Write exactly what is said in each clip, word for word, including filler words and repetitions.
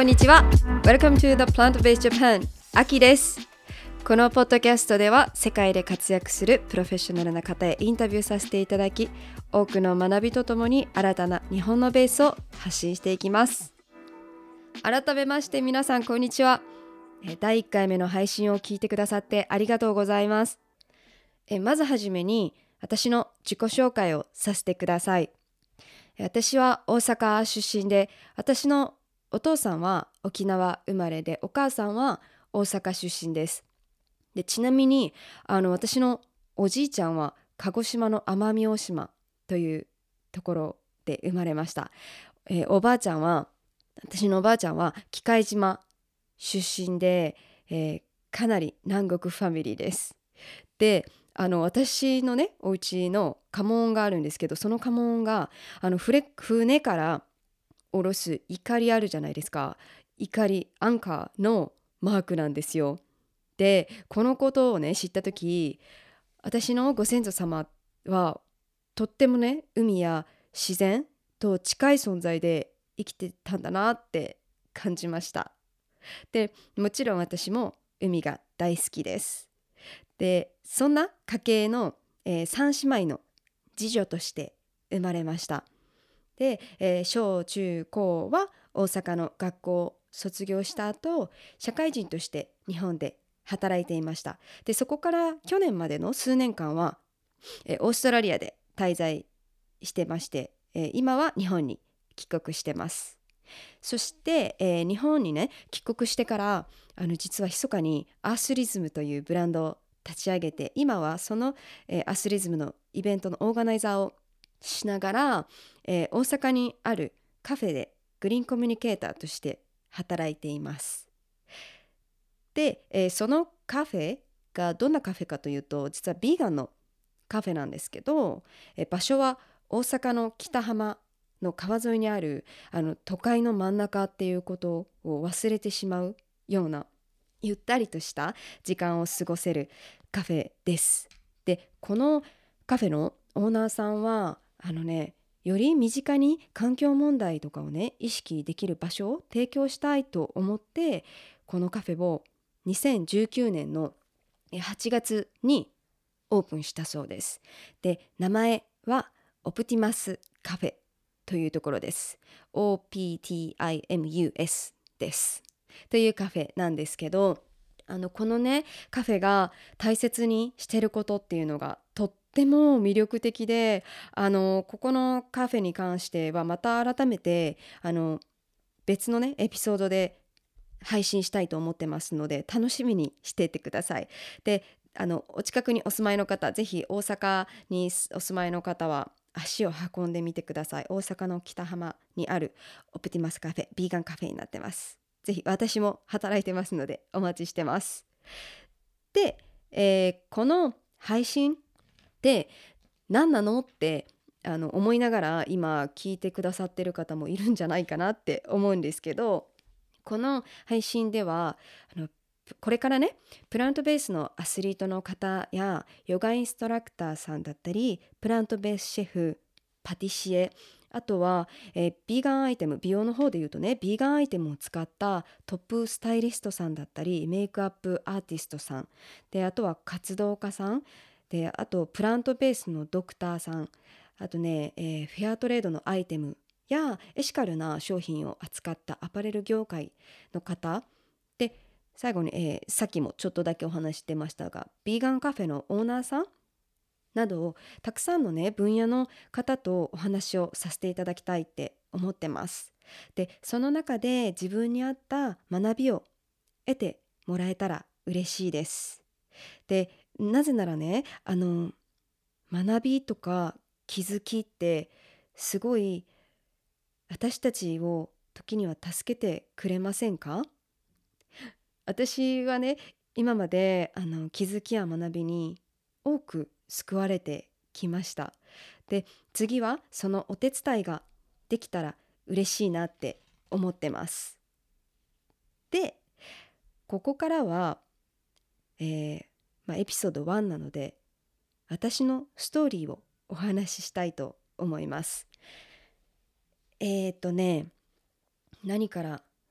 にちは。 Welcome to the Plant-Based Japan。 アキです。このポッドキャストでは世界で活躍するプロフェッショナルな方へインタビューさせていただき、多くの学びとともに新たな日本のベースを発信していきます。改めまして皆さんこんにちは。だいいっかいめの配信を聞いてくださってありがとうございます。まずはじめに私の自己紹介をさせてください。私は大阪出身で、私のお父さんは沖縄生まれで、お母さんは大阪出身です。でちなみにあの私のおじいちゃんは鹿児島の奄美大島というところで生まれました。えー、おばあちゃんは私のおばあちゃんは喜界島出身で、えー、かなり南国ファミリーです。であの私のねお家の家紋があるんですけど、その家紋があの船から下ろす怒りあるじゃないですか。怒りアンカーのマークなんですよ。でこのことをね知った時、私のご先祖様はとってもね海や自然と近い存在で生きてたんだなって感じました。でもちろん私も海が大好きです。でそんな家系の、えー、三姉妹の次女として生まれました。で、えー、小中高は大阪の学校を卒業した後、社会人として日本で働いていました。でそこから去年までの数年間は、えー、オーストラリアで滞在してまして、えー、今は日本に帰国してます。そして、えー、日本にね帰国してからあの実は密かにアースリズムというブランドを立ち上げて、今はその、えー、アースリズムのイベントのオーガナイザーをしながら、えー、大阪にあるカフェでグリーンコミュニケーターとして働いています。で、えー、そのカフェがどんなカフェかというと、実はビーガンのカフェなんですけど、えー、場所は大阪の北浜の川沿いにあるあの都会の真ん中っていうことを忘れてしまうようなゆったりとした時間を過ごせるカフェです。でこのカフェのオーナーさんはあのねより身近に環境問題とかをね意識できる場所を提供したいと思って、このカフェをにせんじゅうきゅうねんのはちがつにオープンしたそうです。で名前はオプティマスカフェというところです。 オーピーティーアイエムユーエス ですというカフェなんですけど、あのこのねカフェが大切にしてることっていうのがとっても魅力的で、あのここのカフェに関してはまた改めてあの別のねエピソードで配信したいと思ってますので、楽しみにしていてください。であのお近くにお住まいの方、ぜひ大阪にお住まいの方は足を運んでみてください。大阪の北浜にあるオプティマスカフェ、ビーガンカフェになってます。ぜひ私も働いてますのでお待ちしてます。で、えー、この配信って何なのってあの思いながら今聞いてくださってる方もいるんじゃないかなって思うんですけど、この配信ではあのこれからねプラントベースのアスリートの方やヨガインストラクターさんだったり、プラントベースシェフ、パティシエ、あとは、えー、ビーガンアイテム、美容の方でいうとねビーガンアイテムを使ったトップスタイリストさんだったり、メイクアップアーティストさんで、あとは活動家さんで、あとプラントベースのドクターさん、あとね、えー、フェアトレードのアイテムやエシカルな商品を扱ったアパレル業界の方で、最後に、えー、さっきもちょっとだけお話してましたが、ビーガンカフェのオーナーさんなどたくさんのね分野の方とお話をさせていただきたいって思ってます。でその中で自分に合った学びを得てもらえたら嬉しいです。でなぜならねあの学びとか気づきってすごい私たちを時には助けてくれませんか？私はね今まであの気づきや学びに多く救われてきました。で次はそのお手伝いができたら嬉しいなって思ってます。でここからは、えーまあ、エピソードワンなので私のストーリーをお話ししたいと思います。えーとね何から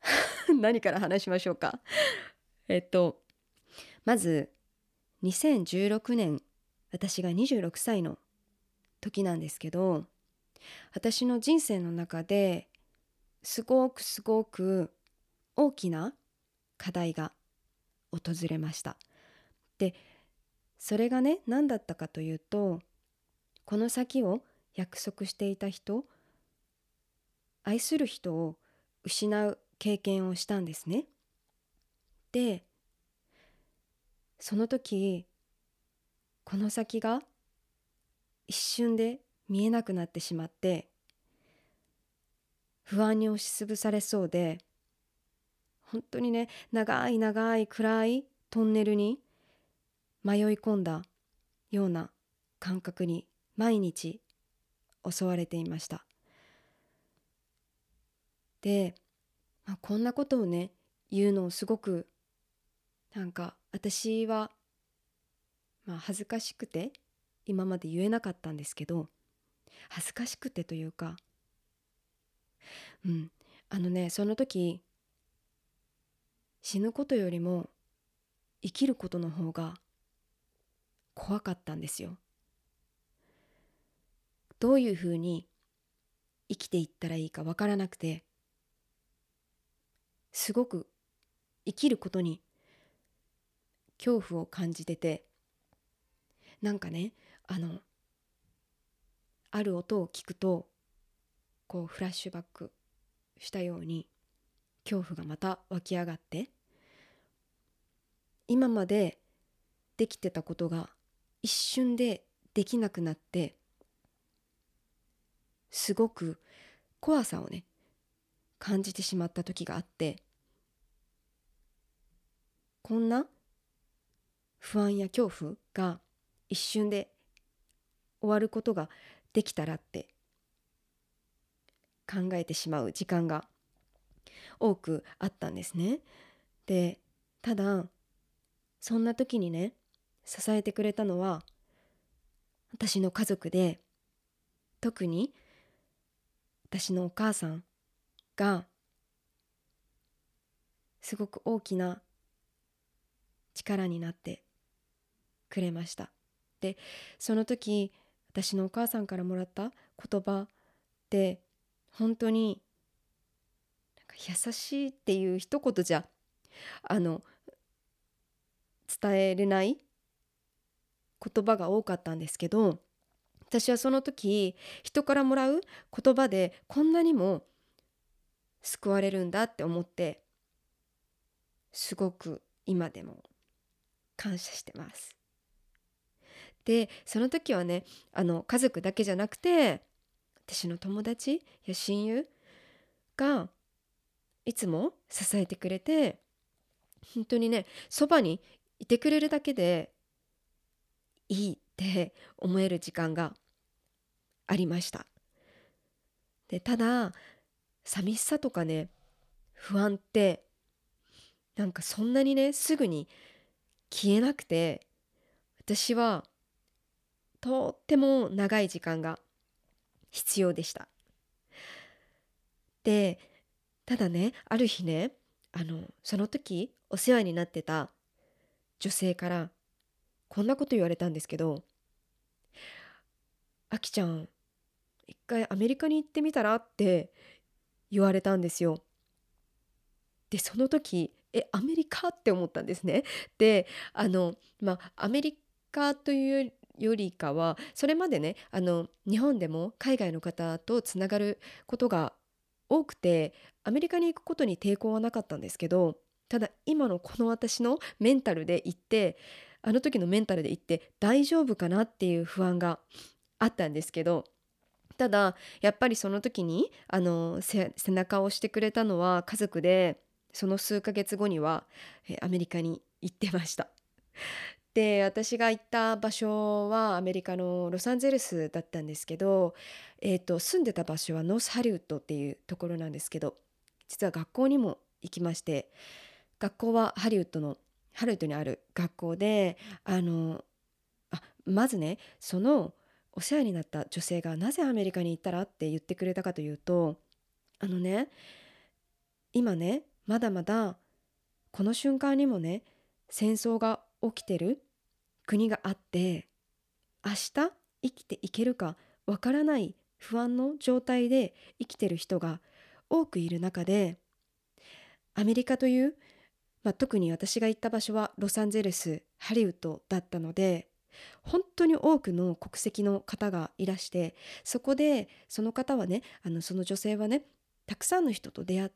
何から話しましょうか。えっとまずにせんじゅうろくねん、私がにじゅうろくさいの時なんですけど、私の人生の中ですごくすごく大きな課題が訪れました。で、それがね、何だったかというと、この先を約束していた人、愛する人を失う経験をしたんですね。で、その時、この先が一瞬で見えなくなってしまって、不安に押しつぶされそうで、本当にね、長い長い暗いトンネルに迷い込んだような感覚に毎日襲われていました。で、まあ、こんなことをね、言うのをすごくなんか私は、まあ、恥ずかしくて今まで言えなかったんですけど、恥ずかしくてというか、うん、あのね、その時死ぬことよりも生きることの方が怖かったんですよ。どういうふうに生きていったらいいかわからなくて、すごく生きることに恐怖を感じてて、なんかね、あのある音を聞くとこうフラッシュバックしたように恐怖がまた湧き上がって、今までできてたことが一瞬でできなくなって、すごく怖さをね感じてしまった時があって、こんな不安や恐怖が一瞬で終わることができたらって考えてしまう時間が多くあったんですね。で、ただそんな時にね、支えてくれたのは私の家族で、特に私のお母さんがすごく大きな力になってくれました。で、その時私のお母さんからもらった言葉って本当になんか優しいっていう一言じゃあの伝えれない言葉が多かったんですけど、私はその時人からもらう言葉でこんなにも救われるんだって思って、すごく今でも感謝してます。で、その時はね、あの家族だけじゃなくて、私の友達や親友がいつも支えてくれて、本当にね、そばにいてくれるだけでいいって思える時間がありました。で、ただ寂しさとかね、不安ってなんかそんなにねすぐに消えなくて、私はとっても長い時間が必要でした。で、ただね、ある日ね、あのその時お世話になってた女性からこんなこと言われたんですけど、あきちゃん一回アメリカに行ってみたらって言われたんですよ。で、その時えアメリカって思ったんですね。で、あのまあアメリカというよりかは、それまでね、あの日本でも海外の方とつながることが多くて、アメリカに行くことに抵抗はなかったんですけど、ただ今のこの私のメンタルで行って、あの時のメンタルで行って大丈夫かなっていう不安があったんですけど、ただやっぱりその時にあの背中を押してくれたのは家族で、その数ヶ月後にはえアメリカに行ってました。で、私が行った場所はアメリカのロサンゼルスだったんですけど、えーと、住んでた場所はノースハリウッドっていうところなんですけど、実は学校にも行きまして、学校はハリウッドのハリウッドにある学校で、あのあまずね、そのお世話になった女性がなぜアメリカに行ったらって言ってくれたかというと、あのね、今ねまだまだこの瞬間にもね、戦争が起きてる国があって、明日生きていけるかわからない不安の状態で生きてる人が多くいる中で、アメリカという、まあ、特に私が行った場所はロサンゼルス、ハリウッドだったので、本当に多くの国籍の方がいらして、そこでその方はね、あのその女性はね、たくさんの人と出会って、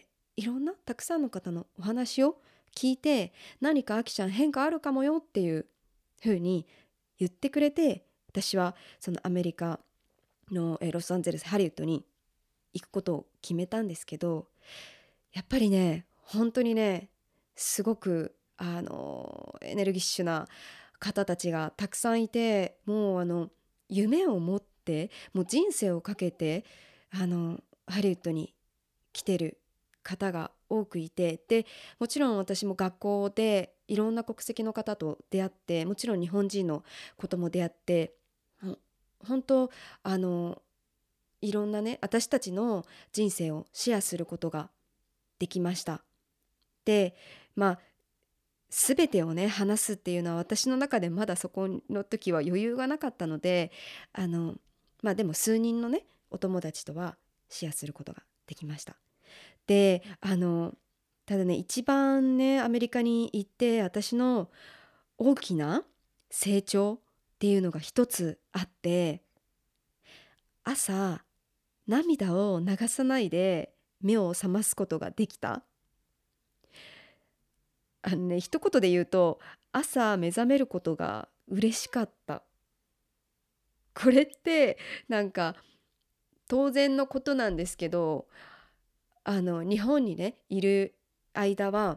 いろんなたくさんの方のお話を聞いて、何かあきちゃん変化あるかもよっていうふうに言ってくれて、私はそのアメリカのえーロサンゼルス、ハリウッドに行くことを決めたんですけど、やっぱりね、本当にね、すごくあのエネルギッシュな方たちがたくさんいて、もうあの夢を持って、もう人生をかけてあのハリウッドに来てる方が多くいて、でもちろん私も学校でいろんな国籍の方と出会って、もちろん日本人のことも出会って、ほ本当あのいろんなね、私たちの人生をシェアすることができました。で、まあ全てをね話すっていうのは、私の中でまだそこの時は余裕がなかったので、あのまあでも数人のねお友達とはシェアすることができました。で、あのただね、一番ねアメリカに行って私の大きな成長っていうのが一つあって、朝涙を流さないで目を覚ますことができた。あのね、一言で言うと、朝目覚めることが嬉しかった。これってなんか当然のことなんですけど、あの日本にねいる間は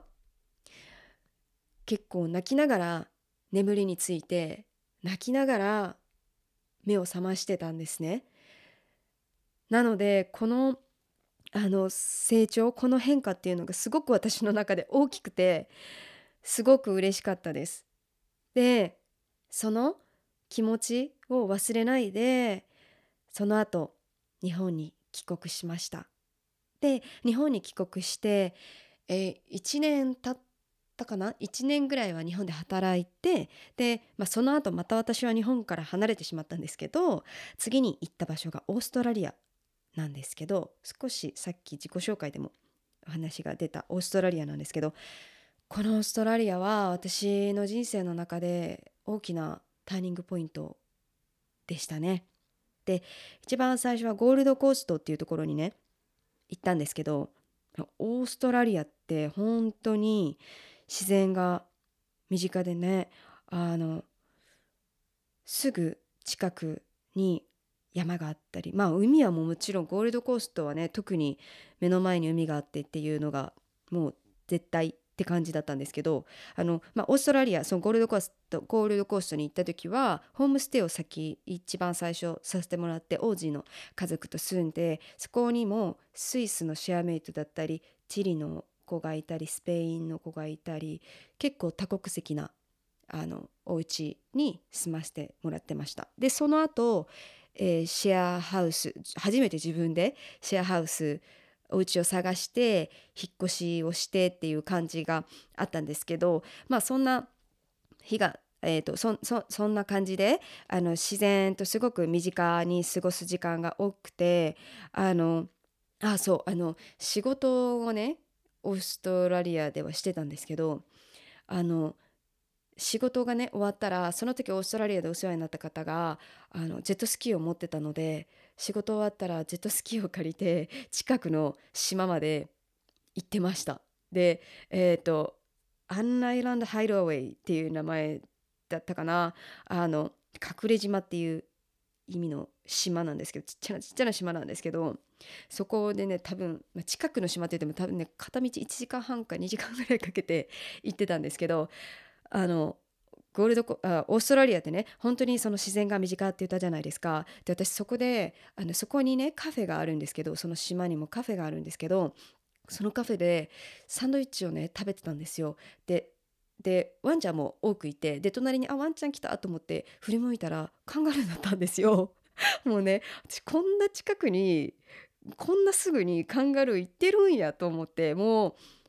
結構泣きながら眠りについて、泣きながら目を覚ましてたんですね。なのでこのあの成長、この変化っていうのがすごく私の中で大きくて、すごく嬉しかったです。で、その気持ちを忘れないで、その後日本に帰国しました。で、日本に帰国して、えー、いちねん経ったかな、いちねんぐらいは日本で働いて、で、まあ、その後また私は日本から離れてしまったんですけど、次に行った場所がオーストラリアなんですけど、少しさっき自己紹介でもお話が出たオーストラリアなんですけど、このオーストラリアは私の人生の中で大きなターニングポイントでしたね。で、一番最初はゴールドコーストっていうところにね行ったんですけど、オーストラリアって本当に自然が身近でね、あのすぐ近くに山があったり、まあ海はもうもちろんゴールドコーストはね、特に目の前に海があってっていうのがもう絶対って感じだったんですけど、あの、まあ、オーストラリア、そのゴールドコーストゴールドコーストに行った時はホームステイを先一番最初させてもらって、オージーの家族と住んで、そこにもスイスのシェアメイトだったり、チリの子がいたり、スペインの子がいたり、結構多国籍なあのお家に住ませてもらってました。でその後、えーシェアハウス、初めて自分でシェアハウスお家を探して引っ越しをしてっていう感じがあったんですけど、まあそんな日がえー、と そ, そ, そんな感じで、あの自然とすごく身近に過ごす時間が多くて、あのあそうあの仕事をねオーストラリアではしてたんですけど、あの仕事がね終わったら、その時オーストラリアでお世話になった方があのジェットスキーを持ってたので、仕事終わったらジェットスキーを借りて近くの島まで行ってました。でえっ、とアンアイランドハイドウェイっていう名前だったかな、あの隠れ島っていう意味の島なんですけど、ちっちゃなちっちゃな島なんですけど、そこでね多分、まあ、近くの島って言っても多分ね片道いちじかんはんかにじかんぐらいかけて行ってたんですけど、あのゴールドコあオーストラリアってね本当にその自然が身近って言ったじゃないですか。で私そこであのそこにねカフェがあるんですけど、その島にもカフェがあるんですけど、そのカフェでサンドイッチをね食べてたんですよ。ででワンちゃんも多くいて、で隣にあワンちゃん来たと思って振り向いたらカンガルーだったんですよ。もうね、私こんな近くにこんなすぐにカンガルー行ってるんやと思って、もう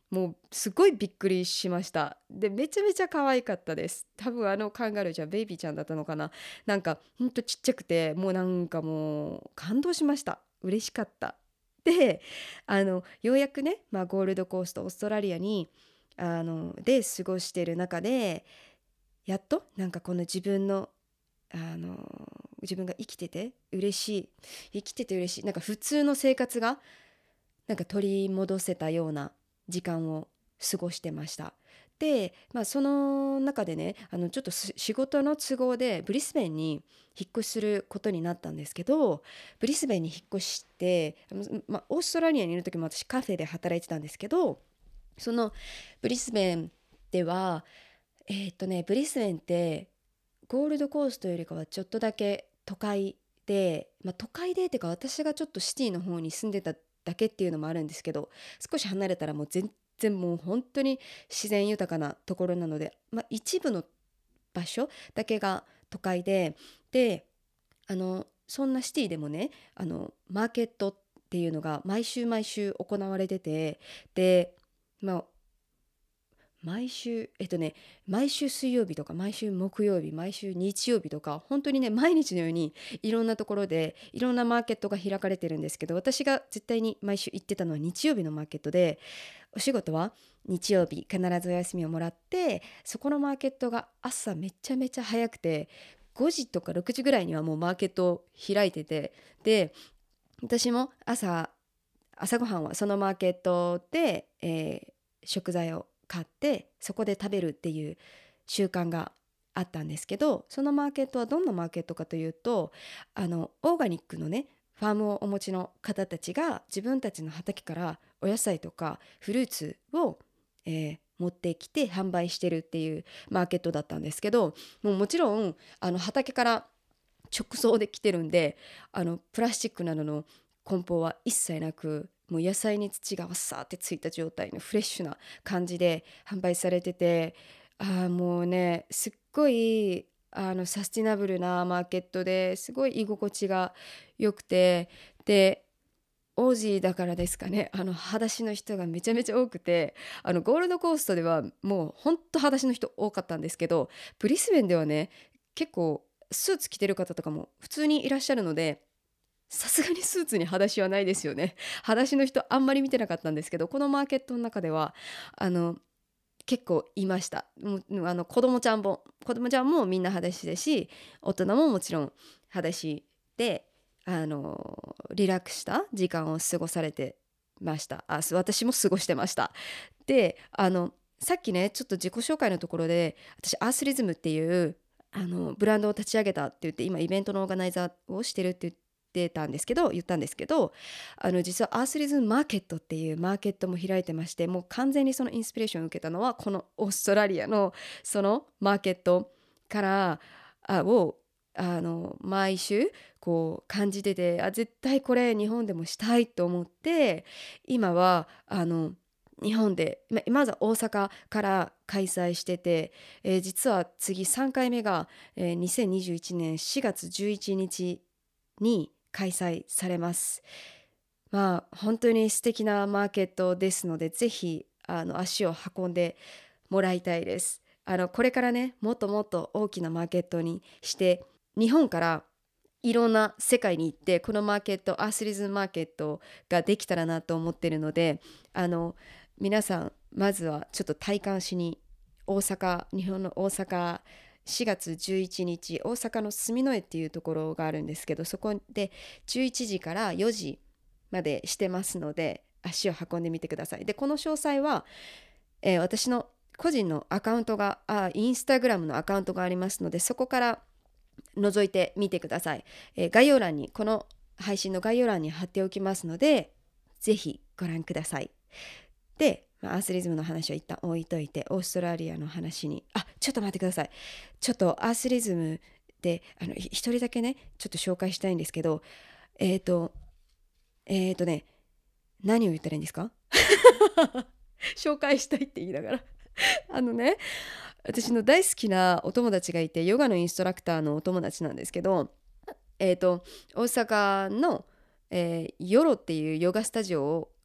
もうすごいびっくりしました。でめちゃめちゃ可愛かったです。多分あのカンガルーじゃベイビーちゃんだったのかな。なんかほんとちっちゃくて、もうなんかもう感動しました。嬉しかった。であのようやくね、まあ、ゴールドコーストオーストラリアにあので過ごしている中で、やっとなんかこの自分のあの自分が生きてて嬉しい生きてて嬉しいなんか普通の生活がなんか取り戻せたような時間を過ごしてました。で、まあ、その中でね、あのちょっとす仕事の都合でブリスベンに引っ越しすることになったんですけど、ブリスベンに引っ越してあの、まあ、オーストラリアにいる時も私カフェで働いてたんですけど、そのブリスベンではえーっとねブリスベンってゴールドコーストよりかはちょっとだけ都会で、まあ、都会でっていうか私がちょっとシティの方に住んでただけっていうのもあるんですけど、少し離れたらもう全然もう本当に自然豊かなところなので、まあ、一部の場所だけが都会で、であのそんなシティでもね、あのマーケットっていうのが毎週毎週行われてて、でまあ毎週えっとね毎週水曜日とか毎週木曜日毎週日曜日とか本当にね毎日のようにいろんなところでいろんなマーケットが開かれてるんですけど、私が絶対に毎週行ってたのは日曜日のマーケットで、お仕事は日曜日必ずお休みをもらって、そこのマーケットが朝めちゃめちゃ早くてごじとかろくじぐらいにはもうマーケットを開いてて、で私も朝朝ごはんはそのマーケットで、えー食材を買ってそこで食べるっていう習慣があったんですけど、そのマーケットはどんなマーケットかというと、あのオーガニックのねファームをお持ちの方たちが自分たちの畑からお野菜とかフルーツを、えー持ってきて販売してるっていうマーケットだったんですけど、もうもちろんあの畑から直送で来てるんで、あのプラスチックなどの梱包は一切なく、もう野菜に土がわっさーってついた状態のフレッシュな感じで販売されてて、あーもうねすっごいあのサスティナブルなマーケットですごい居心地が良くて、でオージーだからですかね、あの裸足の人がめちゃめちゃ多くて、あのゴールドコーストではもうほんと裸足の人多かったんですけど、ブリスベンではね結構スーツ着てる方とかも普通にいらっしゃるので、さすがにスーツに裸足はないですよね。裸足の人あんまり見てなかったんですけど、このマーケットの中ではあの結構いました。もうあの子供ちゃんも子供ちゃんもみんな裸足ですし、大人ももちろん裸足であのリラックスした時間を過ごされてました。あ、す私も過ごしてました。であのさっきねちょっと自己紹介のところで、私アースリズムっていうあのブランドを立ち上げたって言って、今イベントのオーガナイザーをしてるって言ってたんですけど言ったんですけど、あの実はアースリズムマーケットっていうマーケットも開いてまして、もう完全にそのインスピレーションを受けたのはこのオーストラリアのそのマーケットからあをあの毎週こう感じてて、あ絶対これ日本でもしたいと思って、今はあの日本でままずは大阪から開催してて、えー実は次さんかいめが、えーにせんにじゅういちねんしがつじゅういちにちに開催されます。まあ本当に素敵なマーケットですので、ぜひあの足を運んでもらいたいです。あのこれからねもっともっと大きなマーケットにして、日本からいろんな世界に行って、このマーケットアースリズムマーケットができたらなと思ってるので、あの皆さんまずはちょっと体感しに大阪日本の大阪しがつじゅういちにち、大阪の住之江っていうところがあるんですけど、そこでじゅういちじからよじまでしてますので、足を運んでみてください。でこの詳細は、えー私の個人のアカウントがあインスタグラムのアカウントがありますので、そこから覗いてみてください。えー概要欄にこの配信の概要欄に貼っておきますので、ぜひご覧ください。で、まあアースリズムの話は一旦置いといて、オーストラリアの話にあちょっと待ってください。ちょっとアースリズムであのひ一人だけねちょっと紹介したいんですけど、えっ、とえっ、とね何を言ったらいいんですか紹介したいって言いながらあのね私の大好きなお友達がいて、ヨガのインストラクターのお友達なんですけど、えっ、と大阪の、えーヨロっていうヨガスタジオを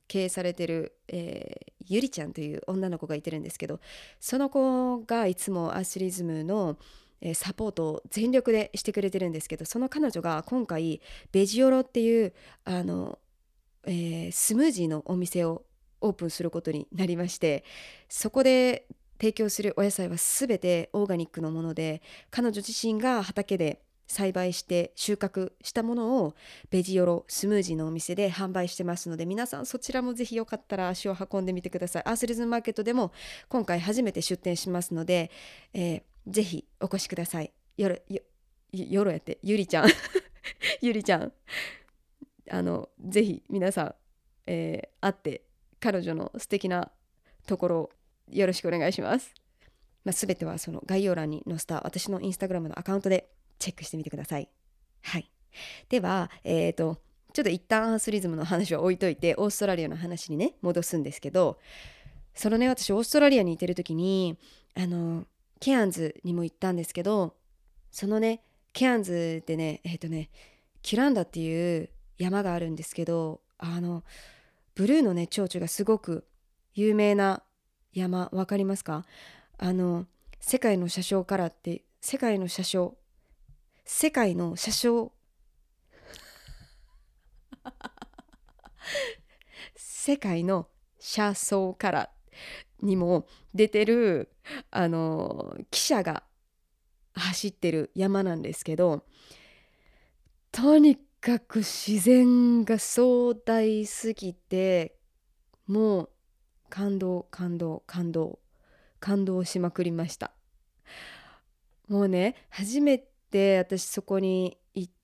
経営されてる、えー、ゆりちゃんという女の子がいてるんですけど、その子がいつもアスリズムのえーサポートを全力でしてくれてるんですけど、その彼女が今回ベジオロっていうあの、えースムージーのお店をオープンすることになりまして、そこで提供するお野菜は全てオーガニックのもので、彼女自身が畑で栽培して収穫したものをベジオロスムージーのお店で販売してますので、皆さんそちらもぜひよかったら足を運んでみてください。アースリズムマーケットでも今回初めて出店しますので、えーぜひお越しください。よろよよろやってゆりちゃんゆりちゃん、あのぜひ皆さん、えー会って彼女の素敵なところをよろしくお願いします。まあ、全てはその概要欄に載せた私のインスタグラムのアカウントでチェックしてみてください。はい。では、えーとちょっと一旦アースリズムの話は置いといて、オーストラリアの話にね戻すんですけど、そのね、私オーストラリアにいてる時にあのケアンズにも行ったんですけど、そのねケアンズでねえっ、とねキュランダっていう山があるんですけど、あのブルーのね蝶々がすごく有名な山、わかりますか？あの世界の車掌からって世界の車掌世界の車掌世界の車窓からにも出てるあの汽車が走ってる山なんですけど、とにかく自然が壮大すぎて、もう感動感動感動感動しまくりました。もうね、初めて私そこに行って、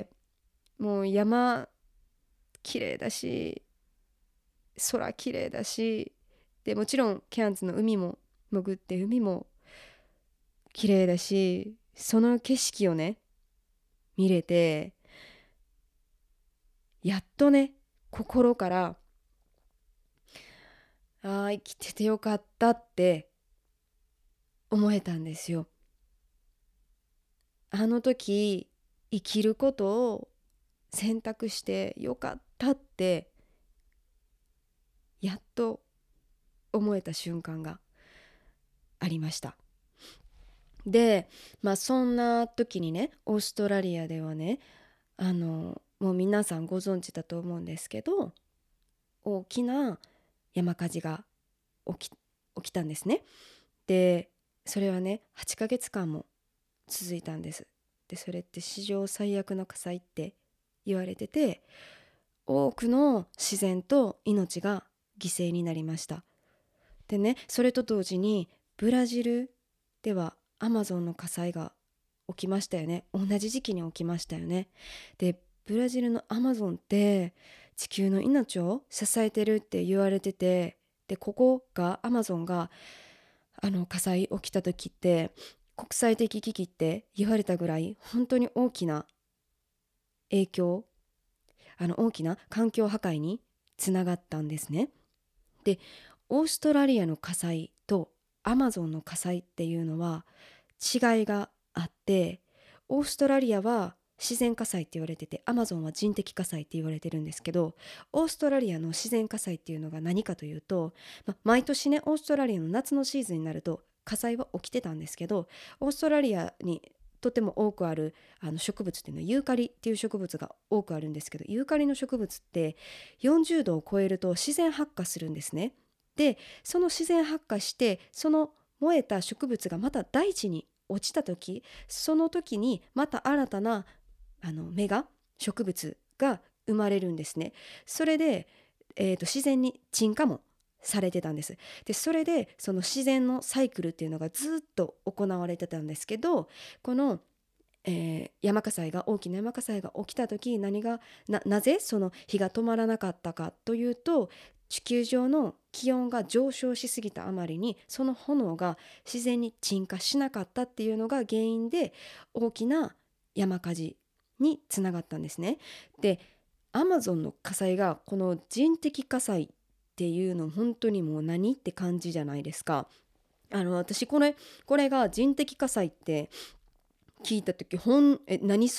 もう山綺麗だし、空綺麗だし、でもちろんケアンズの海も潜って海も綺麗だし、その景色をね見れて、やっとね心からあー生きててよかったって思えたんですよ。あの時生きることを選択してよかったってやっと思えた瞬間がありました。で、まあそんな時にね、オーストラリアではね、あのもう皆さんご存知だと思うんですけど、大きな山火事が起き、起きたんですね。で、それはねはちかげつかんも続いたんです。で、それって史上最悪の火災って言われてて、多くの自然と命が犠牲になりました。でね、それと同時にブラジルではアマゾンの火災が起きましたよね。同じ時期に起きましたよね。で、ブラジルのアマゾンって地球の命を支えてるって言われてて、でここがアマゾンがあの火災起きた時って国際的危機って言われたぐらい、本当に大きな影響、あの大きな環境破壊につながったんですね。で、オーストラリアの火災とアマゾンの火災っていうのは違いがあって、オーストラリアは自然火災って言われてて、アマゾンは人的火災って言われてるんですけど、オーストラリアの自然火災っていうのが何かというと、ま、毎年ねオーストラリアの夏のシーズンになると火災は起きてたんですけど、オーストラリアにとても多くあるあの植物っていうのはユーカリっていう植物が多くあるんですけど、ユーカリの植物ってよんじゅうどを超えると自然発火するんですね。で、その自然発火してその燃えた植物がまた大地に落ちた時、その時にまた新たなあの芽が植物が生まれるんですね。それで、えーと、自然に沈下もされてたんです。で、それでその自然のサイクルっていうのがずっと行われてたんですけど、この、えー山火災が大きな山火災が起きた時、何が な, なぜその火が止まらなかったかというと、地球上の気温が上昇しすぎたあまりにその炎が自然に鎮火しなかったっていうのが原因で大きな山火事につながったんですね。で、アマゾンの火災がこの人的火災っていうの本当にもう何って感じじゃないですか。あの私これこれが人的火災って聞いた時、ほんえ何それっ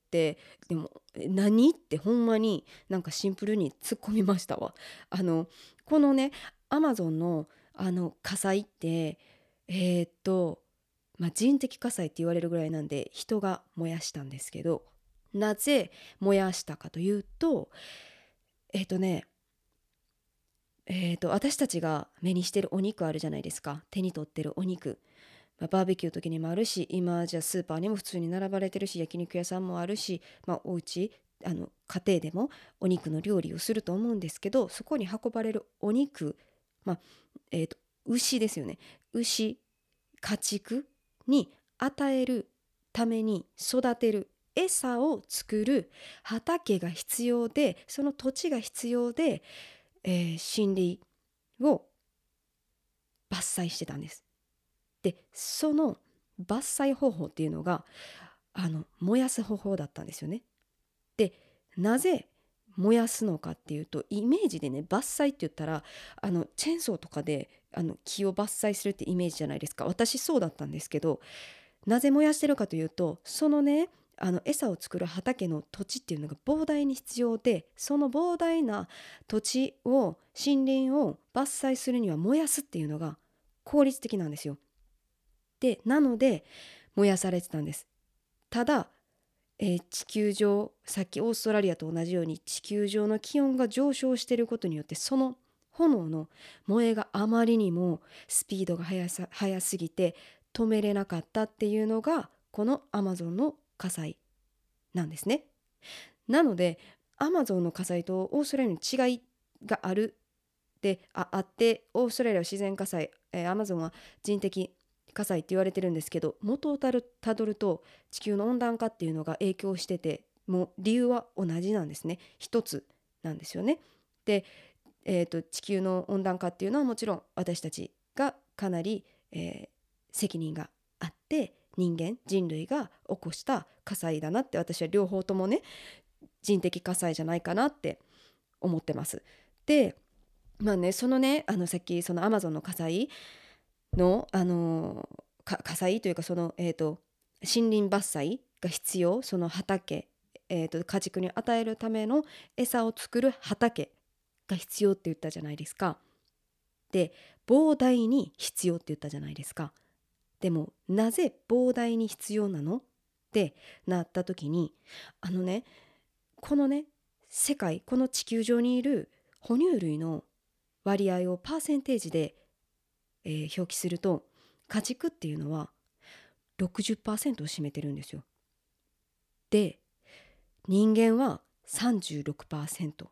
ってでも何ってほんまになんかシンプルに突っ込みましたわ。あのこのねアマゾンのあの火災ってえーっとまあ、人的火災って言われるぐらいなんで人が燃やしたんですけど、なぜ燃やしたかというとえっ、とねえー、と私たちが目にしてるお肉あるじゃないですか。手に取ってるお肉、まあ、バーベキュー時にもあるし、今じゃスーパーにも普通に並ばれてるし、焼肉屋さんもあるし、まあ、お家あの家庭でもお肉の料理をすると思うんですけど、そこに運ばれるお肉、まあえー、と牛ですよね。牛家畜に与えるために育てる餌を作る畑が必要で、その土地が必要で、えー森林を伐採してたんです。でその伐採方法っていうのがあの燃やす方法だったんですよね。でなぜ燃やすのかっていうと、イメージでね、伐採って言ったらあのチェーンソーとかであの木を伐採するってイメージじゃないですか。私そうだったんですけど、なぜ燃やしてるかというと、そのねあの餌を作る畑の土地っていうのが膨大に必要で、その膨大な土地を森林を伐採するには燃やすっていうのが効率的なんですよ。でなので燃やされてたんです。ただ、えー地球上、さっきオーストラリアと同じように地球上の気温が上昇していることによって、その炎の燃えがあまりにもスピードが速さ速すぎて止めれなかったっていうのがこのアマゾンの火災なんですね。なのでアマゾンの火災とオーストラリアの違いがあるで あ, あってオーストラリアは自然火災、えーアマゾンは人的火災って言われてるんですけど、元をたるたどると地球の温暖化っていうのが影響してて、もう理由は同じなんですね。一つなんですよね。で、えーと地球の温暖化っていうのはもちろん私たちがかなり、えー責任があって、人間人類が起こした火災だなって、私は両方ともね人的火災じゃないかなって思ってます。でまあね、そのねあのさっきそのアマゾンの火災の、あのか火災というか、その、えーと森林伐採が必要、その畑、えーと家畜に与えるための餌を作る畑が必要って言ったじゃないですか。で膨大に必要って言ったじゃないですか。でもなぜ膨大に必要なのってなった時に、あのねこのね世界、この地球上にいる哺乳類の割合をパーセンテージで、えー表記すると、家畜っていうのは ろくじゅっパーセント を占めてるんですよ。で人間は さんじゅうろくパーセント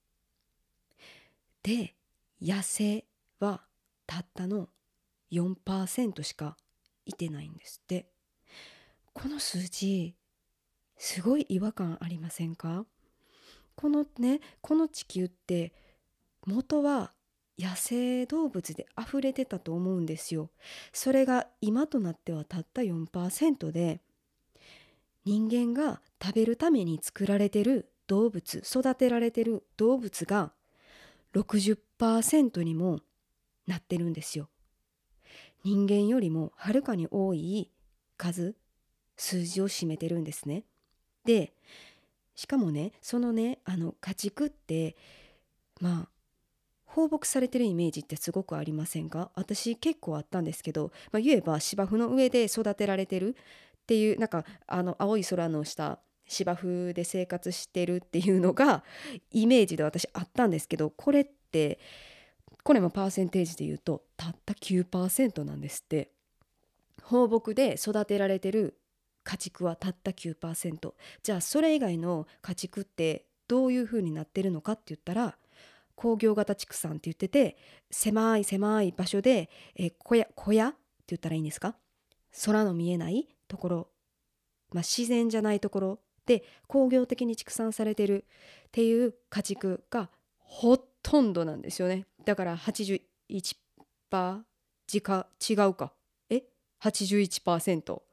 で、野生はたったの よんパーセント しかいてないんですって。この数字すごい違和感ありませんか？このねこの地球って元は野生動物で溢れてたと思うんですよ。それが今となってはたった よんパーセント で、人間が食べるために作られてる動物、育てられてる動物が ろくじゅっパーセント にもなってるんですよ。人間よりもはるかに多い数、数字を占めてるんですね。でしかもね、そのねあの家畜ってまあ放牧されてるイメージってすごくありませんか？私結構あったんですけど、まあ、言えば芝生の上で育てられてるっていう、なんかあの青い空の下芝生で生活してるっていうのがイメージで私あったんですけど、これってこれもパーセンテージで言うとたった きゅうパーセント なんですって。放牧で育てられてる家畜はたった きゅうパーセント。 じゃあそれ以外の家畜ってどういう風になってるのかって言ったら、工業型畜産って言ってて、狭い狭い場所で、えー小屋小屋って言ったらいいんですか、空の見えないところ、まあ、自然じゃないところで工業的に畜産されてるっていう家畜がほとんどなんですよね。だから はちじゅういちパーセント 時か違うかえはちじゅういちパーセント。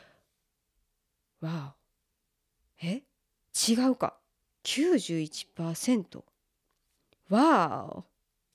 わお、え違うか、きゅうじゅういちパーセント。わお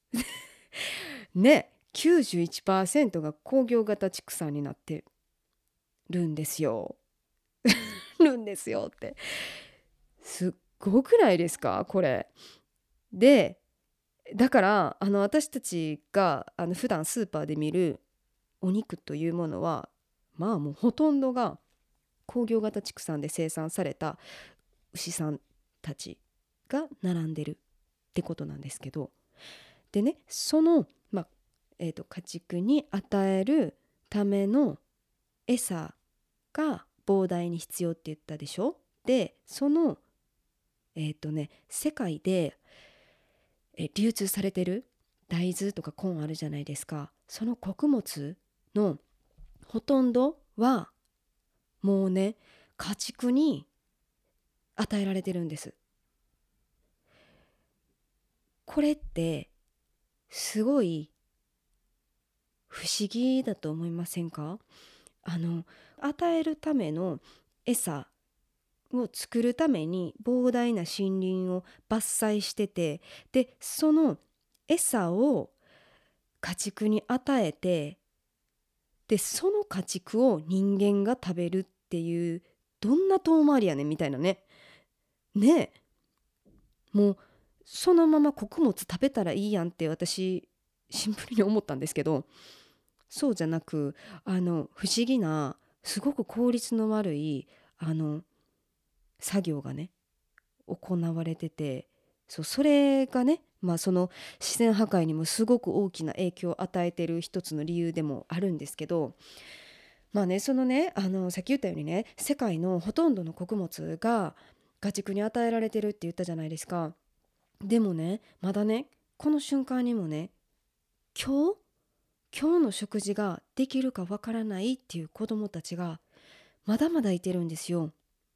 ね、きゅうじゅういちパーセントが工業型畜産になってるんですよるうんですよって。すっごくないですかこれ。でだからあの私たちがあの普段スーパーで見るお肉というものはまあもうほとんどが工業型畜産で生産された牛さんたちが並んでるってことなんですけど、でねその、まあえーと、家畜に与えるための餌が膨大に必要って言ったでしょ。でそのえっ、とね世界でえ流通されてる大豆とかコーンあるじゃないですか。その穀物のほとんどはもうね家畜に与えられてるんです。これってすごい不思議だと思いませんか？あの与えるための餌を作るために膨大な森林を伐採してて、でその餌を家畜に与えて、でその家畜を人間が食べるっていうどんな遠回りやねんみたいなね。ねえもうそのまま穀物食べたらいいやんって私シンプルに思ったんですけど、そうじゃなくあの不思議なすごく効率の悪いあの作業がね行われてて、そうそれがねまあその自然破壊にもすごく大きな影響を与えている一つの理由でもあるんですけど、まあねそのねあのさっき言ったようにね世界のほとんどの穀物が家畜に与えられてるって言ったじゃないですか。でもねまだねこの瞬間にもね今日今日の食事ができるかわからないっていう子どもたちがまだまだいてるんですよ。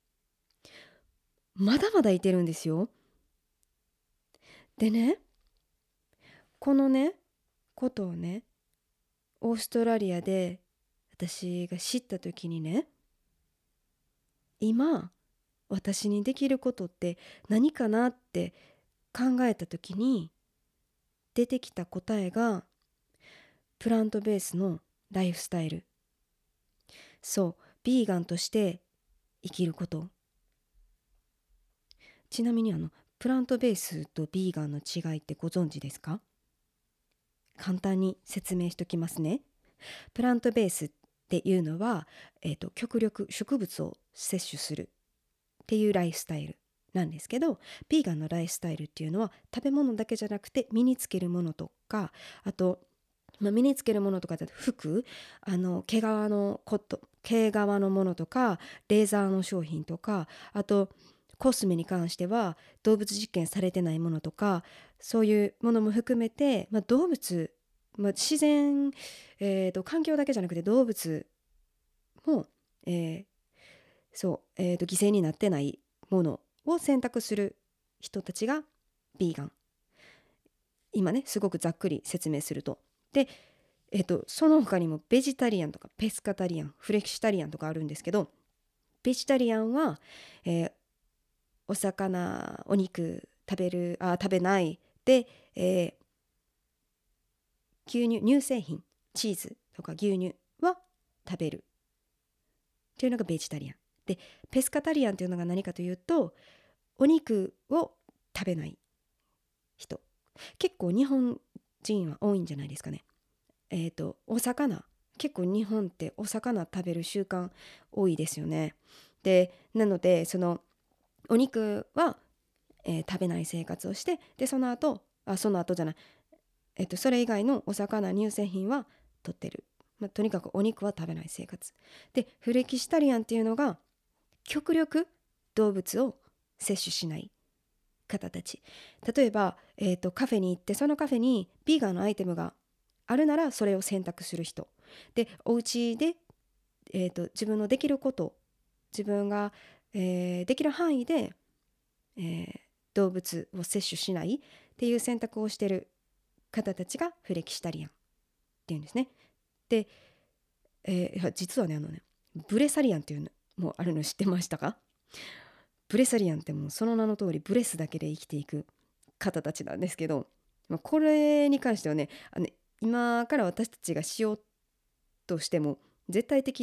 まだまだいてるんですよ。でねこのねことをねオーストラリアで私が知った時にね、今私にできることって何かなって考えた時に出てきた答えがプラントベースのライフスタイル、そうビーガンとして生きること。ちなみにあのプラントベースとビーガンの違いってご存知ですか？簡単に説明しときますね。プラントベースっていうのは、えーと、極力植物を摂取するっていうライフスタイルなんですけど、ビーガンのライフスタイルっていうのは食べ物だけじゃなくて身につけるものとか、あと、まあ、身につけるものとかだと服、あの毛皮のコット毛皮のものとかレーザーの商品とか、あとコスメに関しては動物実験されてないものとか、そういうものも含めて、まあ、動物、まあ、自然、えーと、環境だけじゃなくて動物も、えーそう、えーと、犠牲になってないものを選択する人たちがビーガン。今ねすごくざっくり説明すると。で、えーと、その他にもベジタリアンとかペスカタリアン、フレキシタリアンとかあるんですけど、ベジタリアンは、えーお魚お肉食べるあ食べないで、えー牛乳乳製品チーズとか牛乳は食べるっていうのがベジタリアンで、ペスカタリアンっていうのが何かというとお肉を食べない人、結構日本人は多いんじゃないですかね。えっとお魚、結構日本ってお魚食べる習慣多いですよね。でなのでそのお肉は、えー食べない生活をして、でその後あその後じゃない、えっとそれ以外のお魚乳製品は取ってる、まあ、とにかくお肉は食べない生活で、フレキシタリアンっていうのが極力動物を摂取しない方たち。例えば、えーと、カフェに行ってそのカフェにビーガンのアイテムがあるならそれを選択する人で、お家で、えーと、自分のできること、自分が、えーできる範囲で、えー動物を摂取しないっていう選択をしている方たちがフレキシタリアンっていうんですね。で、えー実はねあのねブレサリアンっていうのもあるの知ってましたか？ブレサリアンってもうその名の通りブレスだけで生きていく方たちなんですけど、まあ、これに関してはねあの今から私たちがしようとしても絶対的に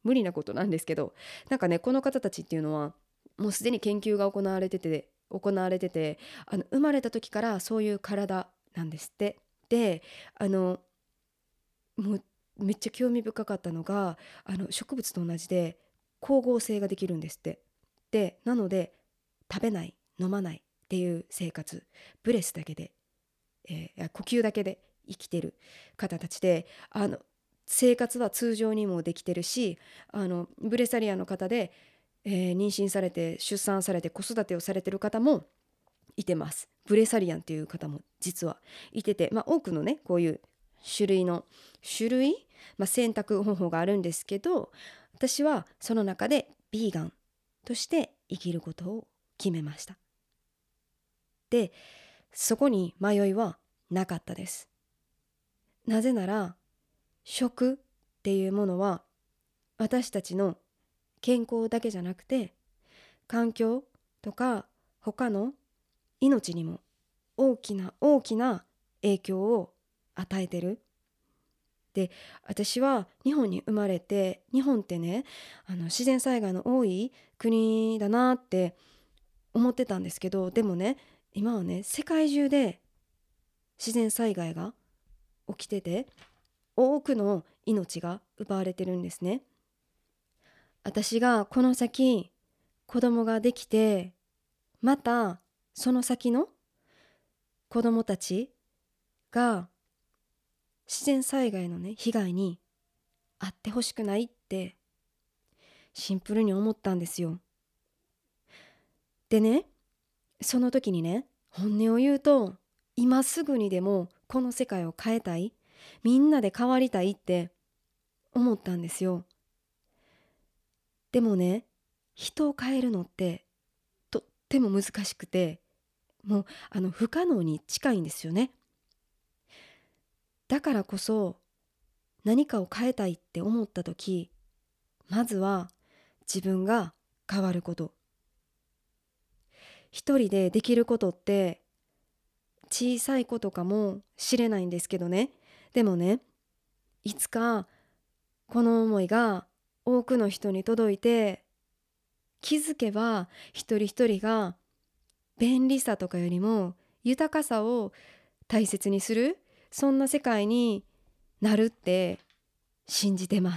無理なことなんですけど、なんかねこの方たちっていうのはもうすでに研究が行われてて行われててあの生まれた時からそういう体なんですって。であのもうめっちゃ興味深かったのがあの植物と同じで光合成ができるんですって。でなので食べない飲まないっていう生活、ブレスだけで、えー呼吸だけで生きてる方たちで、あの生活は通常にもできてるし、あのブレサリアンの方で、えー妊娠されて出産されて子育てをされてる方もいてます。ブレサリアンっていう方も実はいてて、まあ、多くのねこういう種類の種類、まあ、選択方法があるんですけど、私はその中でビーガンとして生きることを決めました。でそこに迷いはなかったです。なぜなら食っていうものは私たちの健康だけじゃなくて環境とか他の命にも大きな大きな影響を与えてる。で私は日本に生まれて、日本ってねあの自然災害の多い国だなって思ってたんですけど、でもね今はね世界中で自然災害が起きてて多くの命が奪われてるんですね。私がこの先子供ができて、またその先の子供たちが自然災害のね被害に遭ってほしくないってシンプルに思ったんですよ。でねその時にね本音を言うと、今すぐにでもこの世界を変えたい、みんなで変わりたいって思ったんですよ。でもね人を変えるのってとっても難しくて、もうあの不可能に近いんですよね。だからこそ何かを変えたいって思った時、まずは自分が変わること。一人でできることって小さいことかもしれないんですけどね、でもねいつかこの思いが多くの人に届いて、気づけば一人一人が便利さとかよりも豊かさを大切にする、そんな世界になるって信じてます。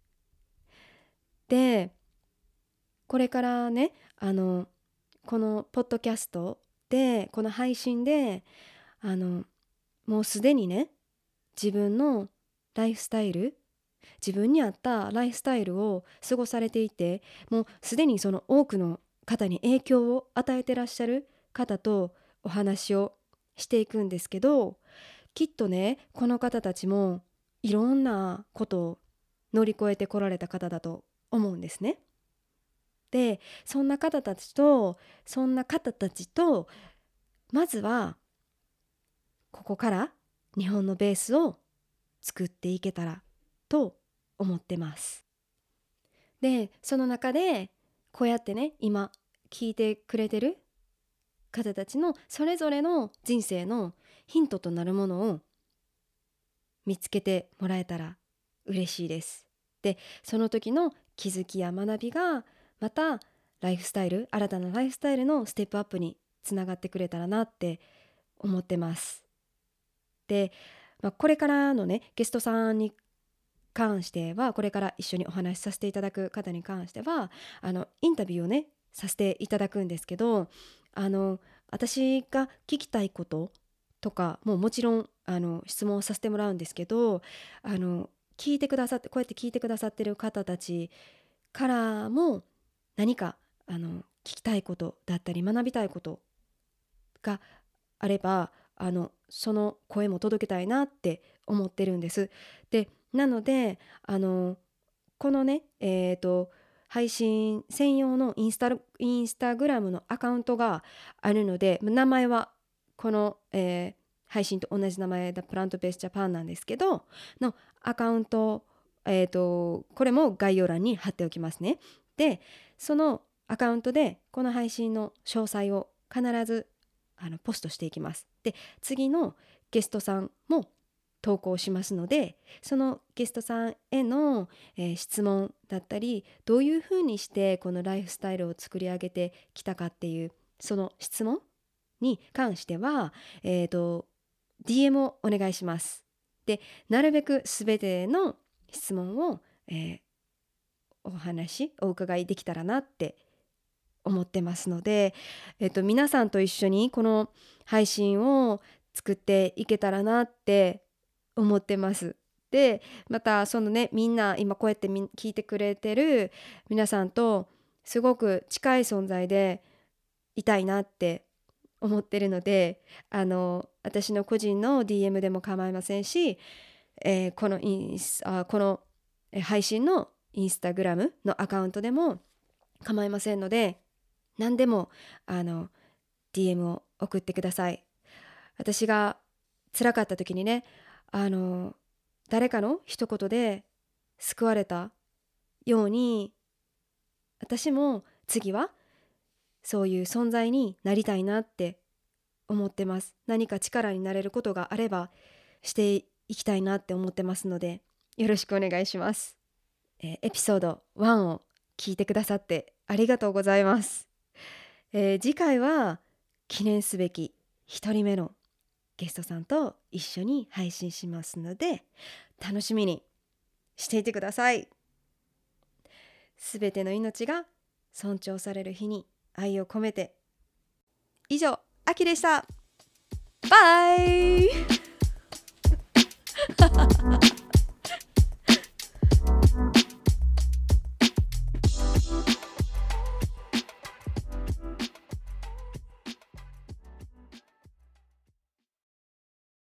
でこれからねあのこのポッドキャストでこの配信であのもうすでにね自分のライフスタイル、自分に合ったライフスタイルを過ごされていて、もうすでにその多くの方に影響を与えてらっしゃる方とお話をしていくんですけど、きっとねこの方たちもいろんなことを乗り越えてこられた方だと思うんですね。でそんな方たちとそんな方たちとまずはここから日本のベースを作っていけたらと思ってます。でその中でこうやってね今聞いてくれてる方たちのそれぞれの人生のヒントとなるものを見つけてもらえたら嬉しいです。でその時の気づきや学びがまたライフスタイル、新たなライフスタイルのステップアップにつながってくれたらなって思ってます。で、まあ、これからのねゲストさんに関しては、これから一緒にお話しさせていただく方に関してはあのインタビューをねさせていただくんですけど、あの私が聞きたいこととかももちろんあの質問をさせてもらうんですけど、あの聞いてくださってこうやって聞いてくださってる方たちからも何かあの聞きたいことだったり学びたいことがあれば、あのその声も届けたいなって思ってるんです。でなのであのこのねえーと配信専用のインスタインスタグラムのアカウントがあるので、名前はこの、えー配信と同じ名前だプラントベースジャパンなんですけどのアカウント、えーとこれも概要欄に貼っておきますね。でそのアカウントでこの配信の詳細を必ずあのポストしていきます。で次のゲストさんも投稿しますので、そのゲストさんへの、えー質問だったり、どういうふうにしてこのライフスタイルを作り上げてきたかっていうその質問に関しては、えーと、ディーエム をお願いします。で、なるべくすべての質問を、えーお話お伺いできたらなって思ってますので、えっと、皆さんと一緒にこの配信を作っていけたらなって思ってます。で、またそのね、みんな今こうやってみ聞いてくれてる皆さんとすごく近い存在でいたいなって思ってるので、あの私の個人の ディーエム でも構いませんし、えーこのインスあこのえー配信のインスタグラムのアカウントでも構いませんので、何でもあの ディーエム を送ってください。私が辛かった時にね、あの誰かの一言で救われたように、私も次はそういう存在になりたいなって思ってます。何か力になれることがあればしていきたいなって思ってますので、よろしくお願いします。えーエピソードワンを聞いてくださってありがとうございます。えー次回は記念すべきひとりめのゲストさんと一緒に配信しますので、楽しみにしていてください。すべての命が尊重される日に愛を込めて。以上、あきでした。バイ